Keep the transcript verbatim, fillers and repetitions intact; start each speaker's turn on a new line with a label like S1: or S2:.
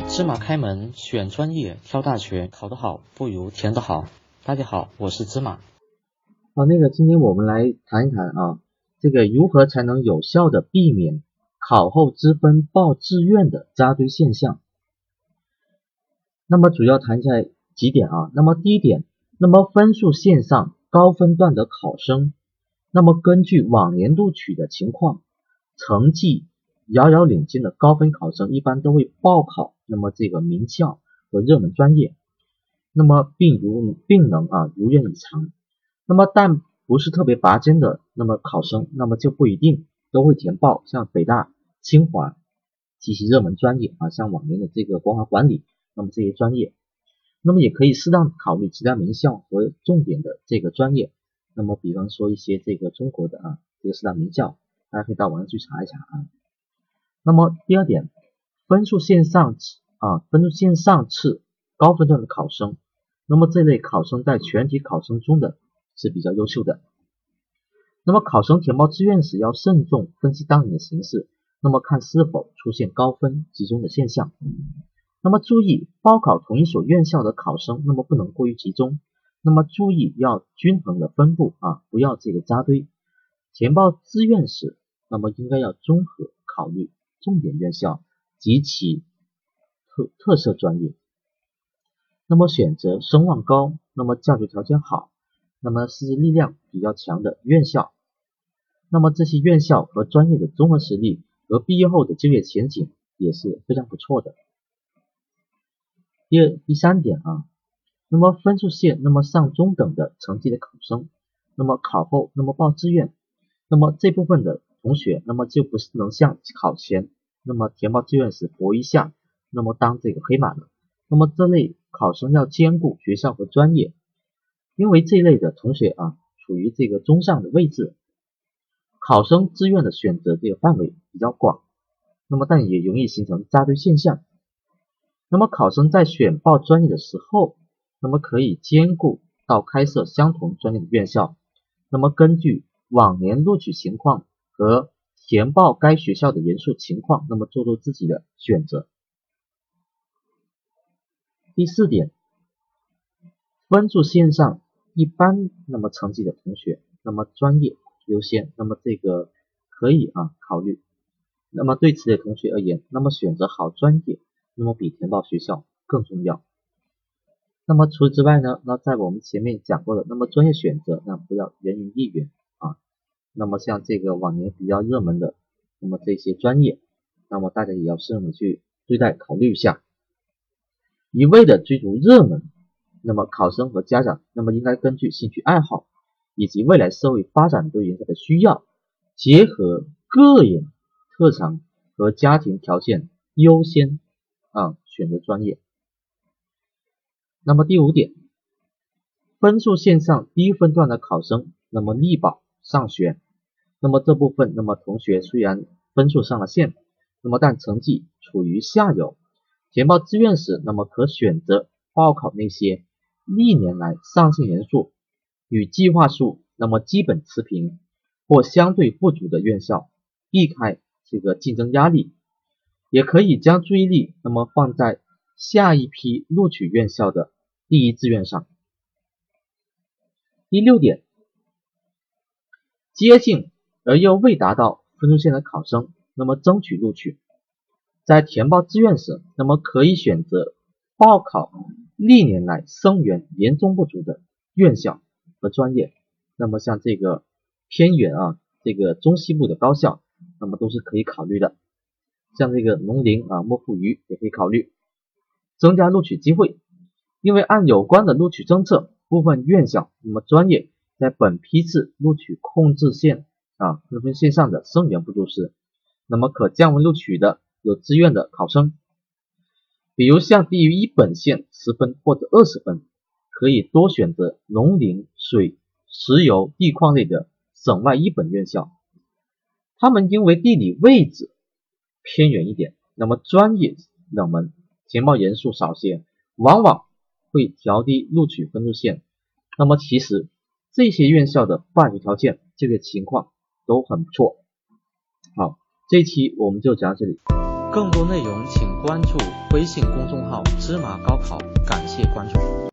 S1: 芝麻开门，选专业，挑大学，考得好不如填得好。大家好，我是芝麻。
S2: 好，那个今天我们来谈一谈啊，这个如何才能有效的避免考后支分报志愿的扎堆现象。那么主要谈一下几点啊。那么第一点，那么分数线上高分段的考生，那么根据往年录取的情况，成绩遥遥领先的高分考生一般都会报考那么这个名校和热门专业，那么并如并能啊如愿以偿。那么但不是特别拔尖的那么考生，那么就不一定都会填报像北大、清华及其热门专业啊，像往年的这个国华管理，那么这些专业，那么也可以适当考虑其他名校和重点的这个专业。那么比方说一些这个中国的啊这个四大名校，大家可以到网上去查一查啊。那么第二点，分数线上啊分数线上次高分段的考生，那么这类考生在全体考生中的是比较优秀的。那么考生填报志愿时要慎重分析当年的形势，那么看是否出现高分集中的现象。那么注意，报考同一所院校的考生，那么不能过于集中，那么注意要均衡的分布啊，不要这个扎堆。填报志愿时，那么应该要综合考虑重点院校及其特特色专业。那么选择声望高，那么教学条件好，那么师资力量比较强的院校，那么这些院校和专业的综合实力和毕业后的就业前景也是非常不错的。第二、第三点啊，那么分数线那么上中等的成绩的考生，那么考后那么报志愿，那么这部分的同学，那么就不是能像考前那么填报志愿时搏一下，那么当这个黑马了。那么这类考生要兼顾学校和专业，因为这类的同学啊处于这个中上的位置，考生志愿的选择这个范围比较广，那么但也容易形成扎堆现象。那么考生在选报专业的时候，那么可以兼顾到开设相同专业的院校，那么根据往年录取情况和填报该学校的人数情况，那么做出自己的选择。第四点，分数线上一般那么成绩的同学，那么专业优先，那么这个可以啊考虑。那么对此类同学而言，那么选择好专业，那么比填报学校更重要。那么除此之外呢，那在我们前面讲过的，那么专业选择那不要人云亦云啊。那么像这个往年比较热门的，那么这些专业，那么大家也要慎重的去对待考虑一下。一味的追逐热门，那么考生和家长，那么应该根据兴趣爱好以及未来社会发展对人才的需要，结合个人特长和家庭条件优先啊选择专业。那么第五点，分数线上低分段的考生，那么力保上学，那么这部分那么同学虽然分数上了线，那么但成绩处于下游，填报志愿时，那么可选择报考那些历年来上线人数与计划数那么基本持平或相对不足的院校，避开这个竞争压力，也可以将注意力那么放在下一批录取院校的第一志愿上。第六点，接近而又未达到分数线的考生，那么争取录取。在填报志愿时，那么可以选择报考历年来生源严重不足的院校和专业。那么像这个偏远啊，这个中西部的高校，那么都是可以考虑的。像这个农林啊、莫富余也可以考虑，增加录取机会。因为按有关的录取政策，部分院校那么专业在本批次录取控制线啊分分线上的生源不足时，那么可降温录取的有志愿的考生，比如像低于一本线十分或者二十分，可以多选择农林、水、石油、地矿类的省外一本院校。他们因为地理位置偏远一点，那么专业冷门，填报人数少些，往往会调低录取分数线。那么其实这些院校的办学条件、就业情况都很不错。好，这一期我们就讲到这里。
S1: 更多内容请关注微信公众号芝麻高考，感谢关注。